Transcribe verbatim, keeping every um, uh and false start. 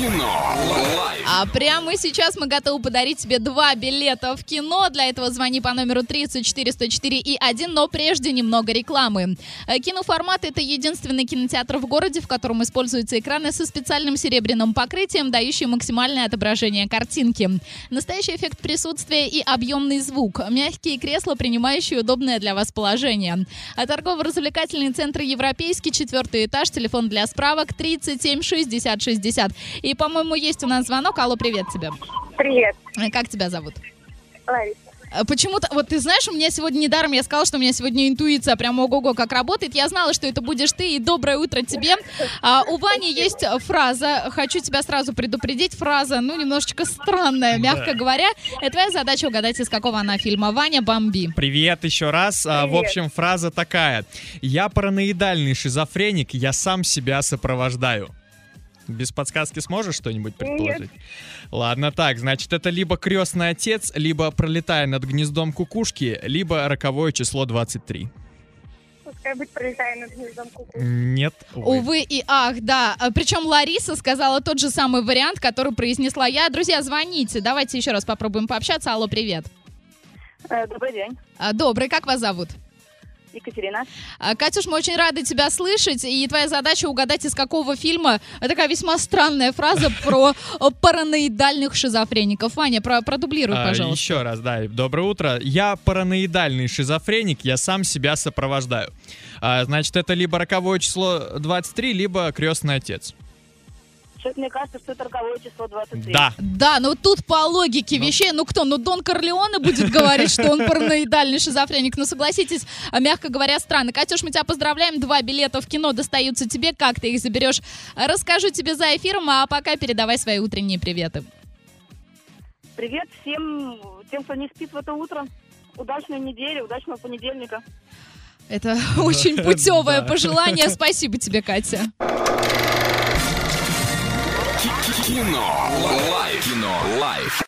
Кино. Лайф. А прямо сейчас мы готовы подарить тебе два билета в кино. Для этого звони по номеру тридцать четыре сто четыре и один, но прежде немного рекламы. Киноформат — это единственный кинотеатр в городе, в котором используются экраны со специальным серебряным покрытием, дающие максимальное отображение картинки. Настоящий эффект присутствия и объемный звук. Мягкие кресла, принимающие удобное для вас положение. А торгово-развлекательный центр «Европейский», четвертый этаж, телефон для справок тридцать семь шестьдесят шестьдесят. И, по-моему, есть у нас звонок. Алло, привет тебе. Привет. Как тебя зовут? Лариса. Почему-то, вот ты знаешь, у меня сегодня недаром я сказала, что у меня сегодня интуиция прям ого-го как работает. Я знала, что это будешь ты, и доброе утро тебе. А, у Вани есть фраза, хочу тебя сразу предупредить, фраза, ну, немножечко странная, мягко говоря. И твоя задача угадать, из какого она фильма. Ваня, бомби. Привет еще раз. Привет. В общем, фраза такая. Я параноидальный шизофреник, я сам себя сопровождаю. Без подсказки сможешь что-нибудь предположить? Нет. Ладно, так, значит, это либо «Крестный отец», либо «Пролетая над гнездом кукушки», либо «Роковое число двадцать три». Пускай будет «Пролетая над гнездом кукушки». Нет, увы. Увы и ах, да. Причем Лариса сказала тот же самый вариант, который произнесла я. Друзья, звоните, давайте еще раз попробуем пообщаться. Алло, привет. Э, добрый день. Добрый, как вас зовут? Екатерина. Катюш, мы очень рады тебя слышать, и твоя задача угадать, из какого фильма. Такая весьма странная фраза про параноидальных шизофреников. Ваня, про продублируй, А, пожалуйста. еще раз, да. Доброе утро. Я параноидальный шизофреник, я сам себя сопровождаю. А, значит, это либо «Роковое число двадцать три», либо «Крестный отец». Что-то мне кажется, что это «Роковое число двадцать три». Да. Да, ну тут по логике Ну. вещей, ну кто? Ну Дон Корлеоне будет говорить, что он параноидальный шизофреник. Ну согласитесь, мягко говоря, странно. Катюш, мы тебя поздравляем. Два билета в кино достаются тебе. Как ты их заберешь? Расскажу тебе за эфиром, а пока передавай свои утренние приветы. Привет всем тем, кто не спит в это утро. Удачной недели, удачного понедельника. Это очень путевое Да. пожелание. Спасибо тебе, Катя. Кино. Лайф. Кино. Лайф.